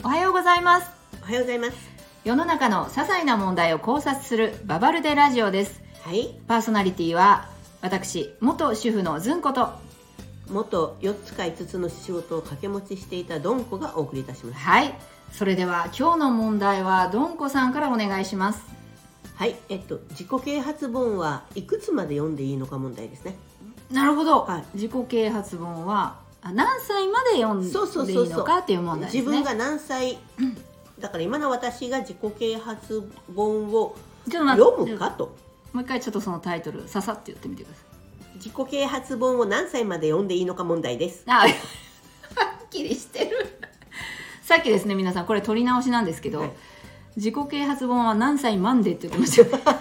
おはようございます。 おはようございます。 世の中の些細な問題を考察するババルデラジオです。 はい。 パーソナリティは私、元主婦のずんこと、 元4つか5つの仕事を掛け持ちしていたドンコがお送りいたします。 はい。それでは今日の問題はドンコさんからお願いします。 はい。自己啓発本はいくつまで読んでいいのか問題ですね。 なるほど。 はい、 自己啓発本は何歳まで読んでいいのかっていう問題ですね。 自分が何歳、だから今の私が自己啓発本を読むかと。 もう一回ちょっとそのタイトルささって言ってみてください。 自己啓発本を何歳まで読んでいいのか問題です。 はっきりしてるさっきですね、皆さんこれ取り直しなんですけど、はい、自己啓発本は何歳までって言ってました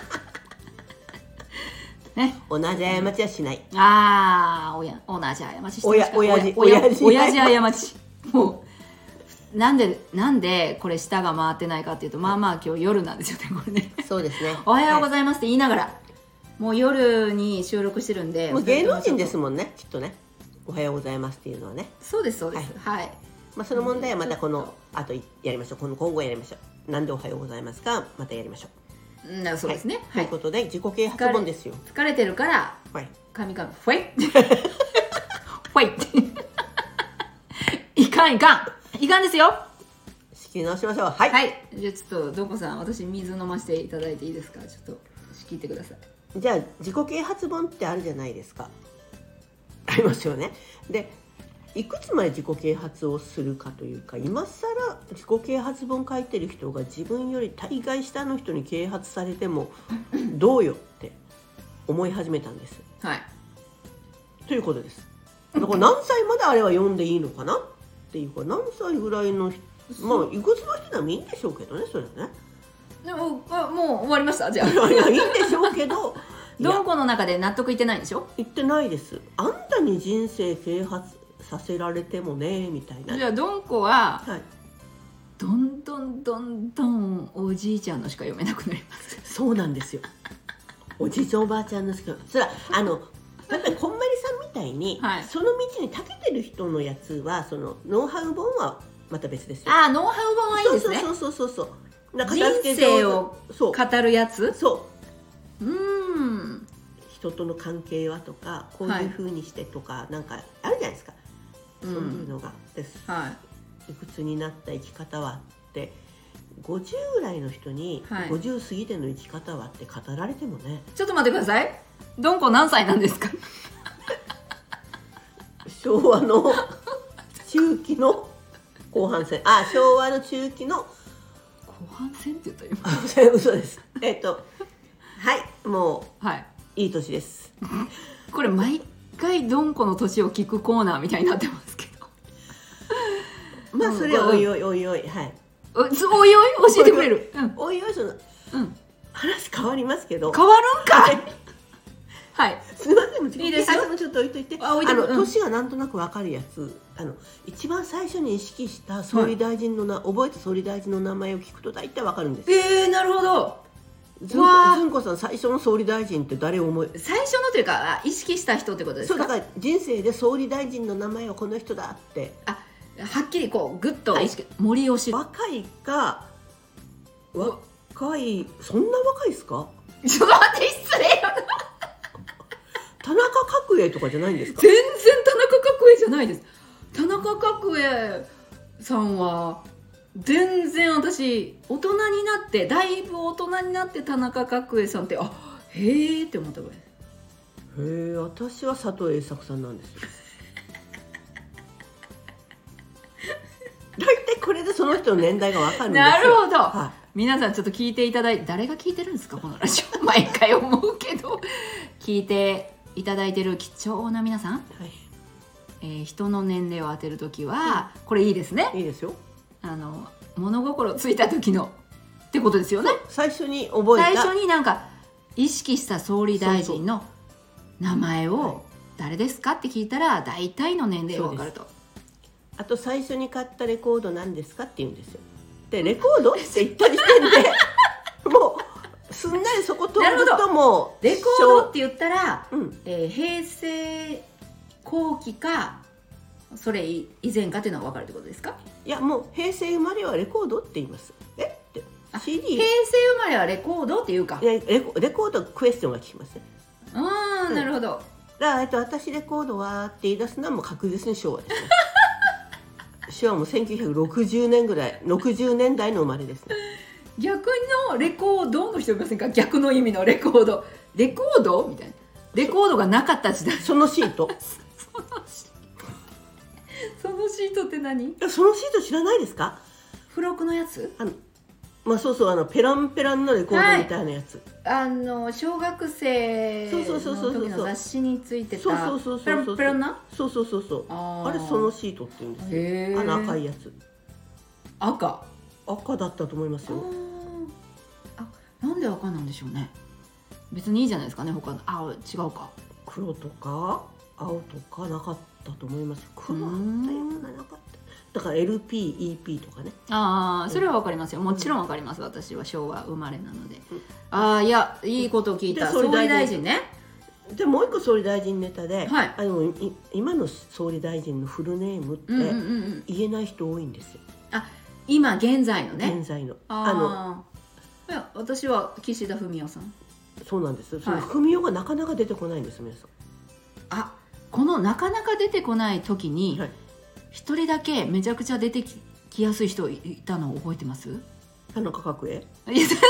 ね、 同じ過ちはしない。 同じ過ちして親父過ち。もうなんでこれ舌が回ってないかっていうと、まあまあ今日夜なんですよね、これね。 そうですね。 おはようございますって言いながら、はい、もう夜に収録してるんで。 もう芸能人ですもんね、きっとね。おはようございますっていうのはね。 そうですそうです。はい。はい、 まあその問題はまたこの後やりましょう。今後やりましょう。なんでおはようございますか、またやりましょう。 そうですね。 ということで自己啓発本ですよ。 疲れてるから、カミカミファイファイいかんですよ。 仕切り直しましょう。はい。 はい。じゃあちょっとドコさん、私水飲ませていただいていいですか。ちょっと仕切ってください。 じゃあ自己啓発本ってあるじゃないですか。ありますよね。で、いくつまで自己啓発をするかというか、今更自己啓発本書いてる人が自分より大概下の人に啓発されてもどうよって思い始めたんです。 はい。 ということです。だから何歳まであれは読んでいいのかなっていうか、何歳ぐらいの人、まあいくつの人でもいいんでしょうけどね、それはね。 でももう終わりました。じゃあいやいいんでしょうけどドンコの中で納得いってないんでしょ。 言ってないです。あんたに人生啓発させられてもねみたいな。 じゃあドンコは、はい、どんどんおじいちゃんのしか読めなくなります。 そうなんですよ。おじいちゃんおばあちゃんのしか。それはやっぱりこんまりさんみたいに、はい、その道に長けてる人のやつは、そのノウハウ本はまた別ですよ。 ノウハウ本はいいですね。 そう人生を語るやつ。 人との関係はとか、こういう風にしてとか、なんかあるじゃないですか。そういうのがです、いくつになった生き方はって50ぐらいの人に、50過ぎての生き方はって語られてもね。 ちょっと待ってください。ドンコ何歳なんですか。 昭和の中期の後半戦。昭和の中期の後半戦って言った今。嘘です。はい、もう、いい年です。 これ毎回ドンコの年を聞くコーナーみたいになってますけど。 まあそれはおいおい、はい。 おいおい教えてくれる。 おいおい話変わりますけど。 変わるんかい。はい。 すみません、 いいですよ。 ちょっと置いといて。年がなんとなくわかるやつ。一番最初に意識した総理大臣の覚えた総理大臣の名前を聞くと大体わかるんですよ。 なるほど。 ずんこさん、最初の総理大臣って誰を思い？ 最初のというか意識した人ってことですか？ そうだから人生で総理大臣の名前はこの人だって。 はっきりこうグッと意識、森喜朗。 若いか若い、そんな若いですか？ ちょっと待って、失礼よな。 田中角栄とかじゃないんですか？ 全然田中角栄じゃないです。田中角栄さんは全然、私大人になって、だいぶ大人になって田中角栄さんってへーって思ったぐらいです。 へえ、私は佐藤栄作さんなんですよ。大体これでその人の年代がわかるんですよ。 なるほど、皆さんちょっと聞いていただいて、誰が聞いてるんですかこのラジオ。毎回思うけど聞いていただいてる貴重な皆さん、人の年齢を当てるときは、これいいですね。 いいですよ。 物心ついた時のってことですよね。 最初に覚えた、 最初になんか意識した総理大臣の名前を誰ですかって聞いたら、大体の年齢が分かると。 あと最初に買ったレコード何ですかって言うんですよ。で、レコードって言った時点でもうすんなりそこ通ると、もレコードって言ったら、平成後期かそれ以前かっていうのは分かるってことですか？ いやもう平成生まれはレコードって言います。って CD 平成生まれはレコードっていうか。 レコードクエスチョンが聞きますね。 ああ、なるほど。 だから私レコードはって言い出すのはもう確実に昭和ですね。昭和も1960年ぐらい、60年代の生まれですね。 逆のレコードの人いませんか？逆の意味のレコード。レコードみたいな。レコードがなかった時代。 そのシートそのシートって何？ そのシート知らないですか？ 付録のやつ？ まあそうそうペランペランのレコードみたいなやつ、 小学生の時の雑誌についてたペランペランな？ そうあれそのシートって言うんですよ。赤いやつ。赤だったと思いますよ。 なんで赤なんでしょうね。別にいいじゃないですかね。他の違うか。 黒とか青とかなかったと思います。黒あったようななかった。だから LP、EP とかね。 それはわかりますよ。もちろんわかります。私は昭和生まれなので。いや、いいことを聞いた。総理大臣ね。 でもう一個総理大臣ネタで、 はい、 今の総理大臣のフルネームって言えない人多いんですよ。 今現在のね。 現在の。 いや、私は岸田文雄さん。 そうなんです。その文雄がなかなか出てこないんです、皆さん。 このなかなか出てこない時に、一人だけめちゃくちゃ出てきやすい人いたのを覚えてます？ 田中角栄。 いや、田中角栄だ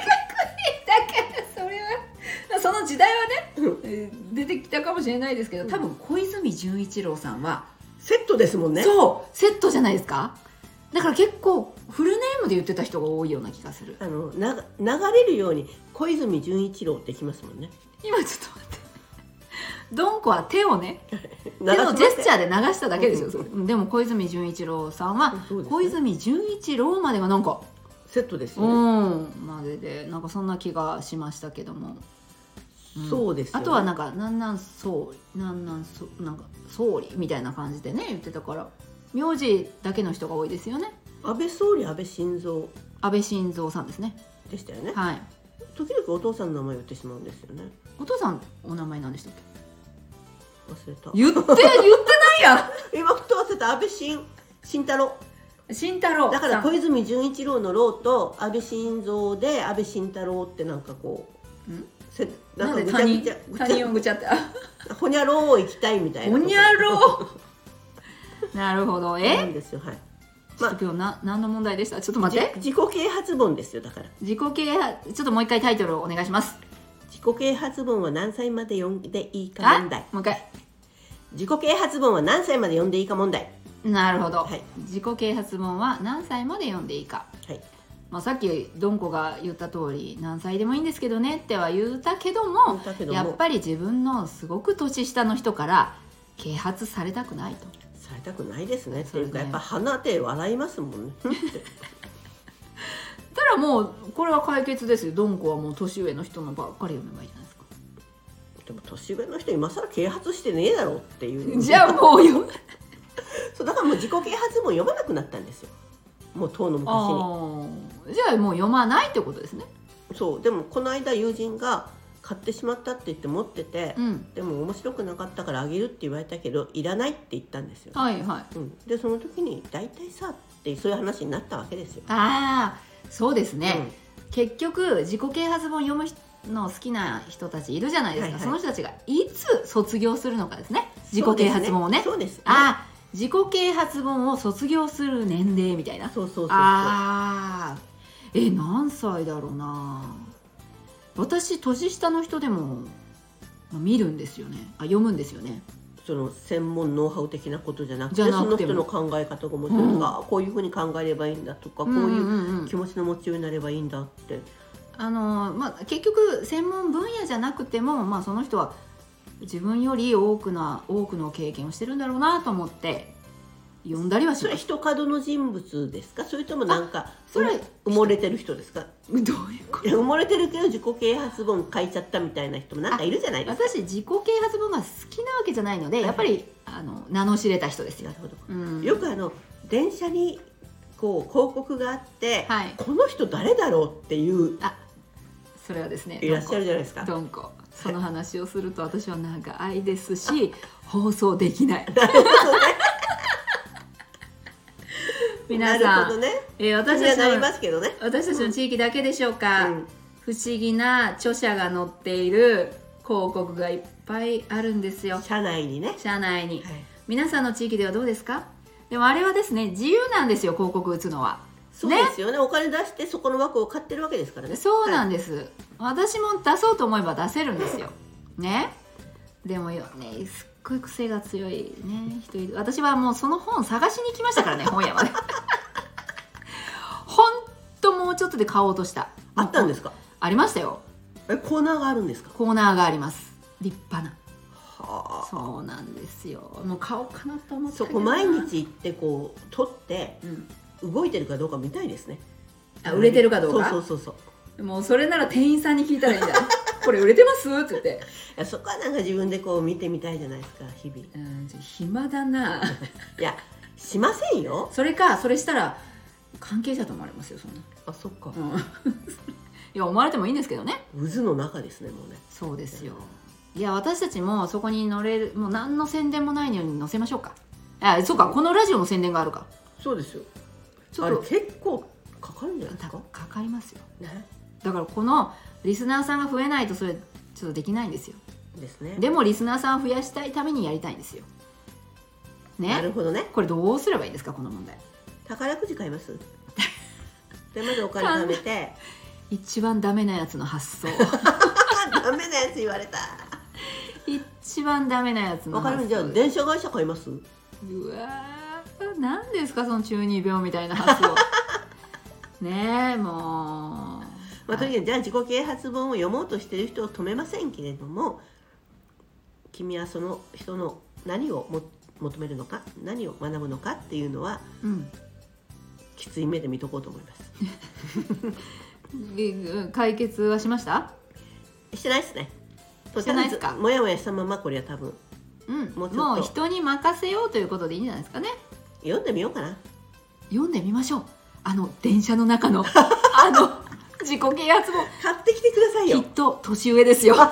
からそれはその時代はね、出てきたかもしれないですけど、多分小泉純一郎さんはセットですもんね。 そうセットじゃないですか。だから結構フルネームで言ってた人が多いような気がする。 流れるように小泉純一郎ってきますもんね。 今ちょっと待って、ドンコは手をね手のジェスチャーで流しただけですよ。でも小泉純一郎さんは、小泉純一郎までがなんかセットですよね。 まででなんかそんな気がしましたけども、 そうですよね。 あとはなんかなんか総理みたいな感じでね言ってたから、名字だけの人が多いですよね。 安倍総理、安倍晋三さんですね。 でしたよね。 はい。 時々お父さんの名前言ってしまうんですよね。 お父さんお名前何でしたっけ？ 忘れた。 言ってないやん。 今ふと忘れた。安倍晋太郎。 慎太郎だから小泉純一郎の郎と安倍晋三で安倍晋太郎ってなんかこうなんで他人をぐちゃってほにゃろう行きたいみたいな。 ほにゃろうなるほど。 なんですよ。はい。 ちょっと今日何の問題でした？ちょっと待って。 自己啓発本ですよ。だから自己啓発、ちょっともう一回タイトルをお願いします。 自己啓発本は何歳まで読んでいいか問題。 もう一回。 自己啓発本は何歳まで読んでいいか問題。 なるほど、 はい、 自己啓発本は何歳まで読んでいいか、 はい。 さっきドンコが言った通り何歳でもいいんですけどねっては言ったけども、やっぱり自分のすごく年下の人から啓発されたくないと。 されたくないですね。っていうかやっぱ鼻で笑いますもんね。 たらもうこれは解決ですよ。ドンコはもう年上の人のばっかり読めばいいじゃないですか。 でも年上の人今更啓発してねえだろうっていう。 じゃあもうよそうだからもう自己啓発本読まなくなったんですよ。もうとうの昔に。じゃあもう読まないってことですね。 そう。でもこの間友人が買ってしまったって言って持ってて、でも面白くなかったからあげるって言われたけどいらないって言ったんですよ。 はいはい。 でその時に大体さってそういう話になったわけですよ。 そうですね、結局自己啓発本読むの好きな人たちいるじゃないですか、その人たちがいつ卒業するのかですね。自己啓発本をね。 そうですね。 自己啓発本を卒業する年齢みたいな。 そう何歳だろうな。私年下の人でも見るんですよね。読むんですよね。 その専門ノウハウ的なことじゃなくて、その人の考え方が面白いとか、こういうふうに考えればいいんだとか、こういう気持ちの持ちようになればいいんだって。 結局専門分野じゃなくても、その人は自分より多くの経験をしてるんだろうなと思って読んだりはします。 それ人角の人物ですか？それともなんか埋もれてる人ですか？ どういうこと？ 埋もれてるけど自己啓発本書いちゃったみたいな人もなんかいるじゃないですか。 私自己啓発本が好きなわけじゃないので、やっぱり名の知れた人ですよ。 なるほど。よく電車にこう広告があって、この人誰だろうっていうそれはですね、 いらっしゃるじゃないですか。 ドンコ。その話をすると私は長いですし放送できない。 皆なるさん、 ほどね。 私たち気にはなりのますけどね。 私たちの地域だけでしょうか、 うん不思議な著者が載っている広告がいっぱいあるんですよ、 社内にね。 社内に。 はい、 皆さんの地域ではどうですか？でもあれはですね、自由なんですよ、広告打つのは。 そうですよね。お金出してそこの枠を買ってるわけですからね。 そうなんでです、私も出そうと思えば出せるんですよね。でもよね、すっごい癖が強いね人いる。私はもうその本探しに行きましたからね本屋までほんともうちょっとで買おうとした。 あったんですか？ ありましたよ。 コーナーがあるんですか？ コーナーがあります。立派な。 はあ。 そうなんですよ。もう買おうかなと思ってそこ毎日行ってこう取ってうん、 動いてるかどうか見たいですね。 あ、売れてるかどうか。 そうそうそうそう。 もうそれなら店員さんに聞いたらいいんじゃないこれ売れてますって言って。 いやそこはなんか自分でこう見てみたいじゃないですか日々。 暇だな。 いやしませんよ。 それか、それしたら関係者と思われますよ、そんな。 あ、そっか。 いや、思われてもいいんですけどね。 渦の中ですね、もうね。 そうですよ。いや、私たちもそこに乗れる、もう何の宣伝もないように載せましょうか。あ、そうか、このラジオの宣伝があるか。 そうですよ。 ちょっとあれ結構かかるんじゃないですか。 かかりますよ。 ね。 だからこのリスナーさんが増えないとそれちょっとできないんですよ。 ですね。 でもリスナーさんを増やしたいためにやりたいんですよ。ね。 なるほどね。 これどうすればいいんですか、この問題。 宝くじ買います。でまずお金貯めて。 一番ダメなやつの発想。 ダメなやつ言われた。 一番ダメなやつのわか発想。 る。じゃあ電車会社買います。 うわー、何ですかその中二病みたいな発想。ねえ、もう。 まあ、とにかくじゃあ自己啓発本を読もうとしている人を止めませんけれども、君はその人の何を求めるのか、何を学ぶのかっていうのは、 うん、 きつい目で見とこうと思います解決はしました？ してないですね。 してないですか？ もやもやしたままこれは多分、 うん、 もうちょっともう人に任せようということでいいんじゃないですかね。 読んでみようかな。 読んでみましょう。電車の中の自己啓発本、 買ってきてくださいよ。 きっと年上ですよ。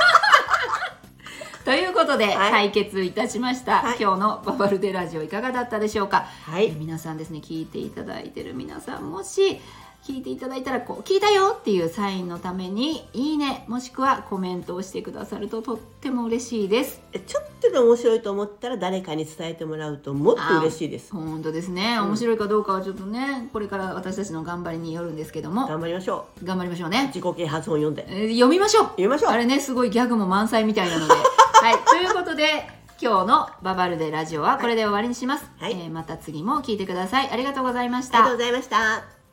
ということで、 はい、 解決いたしました、 はい、 今日のババルデラジオいかがだったでしょうか。 はい、 皆さんですね、聞いていただいてる皆さん、もし聞いていただいたらこう聞いたよっていうサインのためにいいねもしくはコメントをしてくださるととっても嬉しいです。 ちょっとで面白いと思ったら誰かに伝えてもらうともっと嬉しいです。 本当ですね、面白いかどうかはちょっとね、これから私たちの頑張りによるんですけども、 頑張りましょ頑張りましょうね。 自己啓発本読んで、 読みましょう。 読みましょう。 あれね、すごいギャグも満載みたいなのではい、ということで今日のババルデラジオはこれで終わりにします、 はい、 また次も聞いてください。ありがとうございました。 ありがとうございました。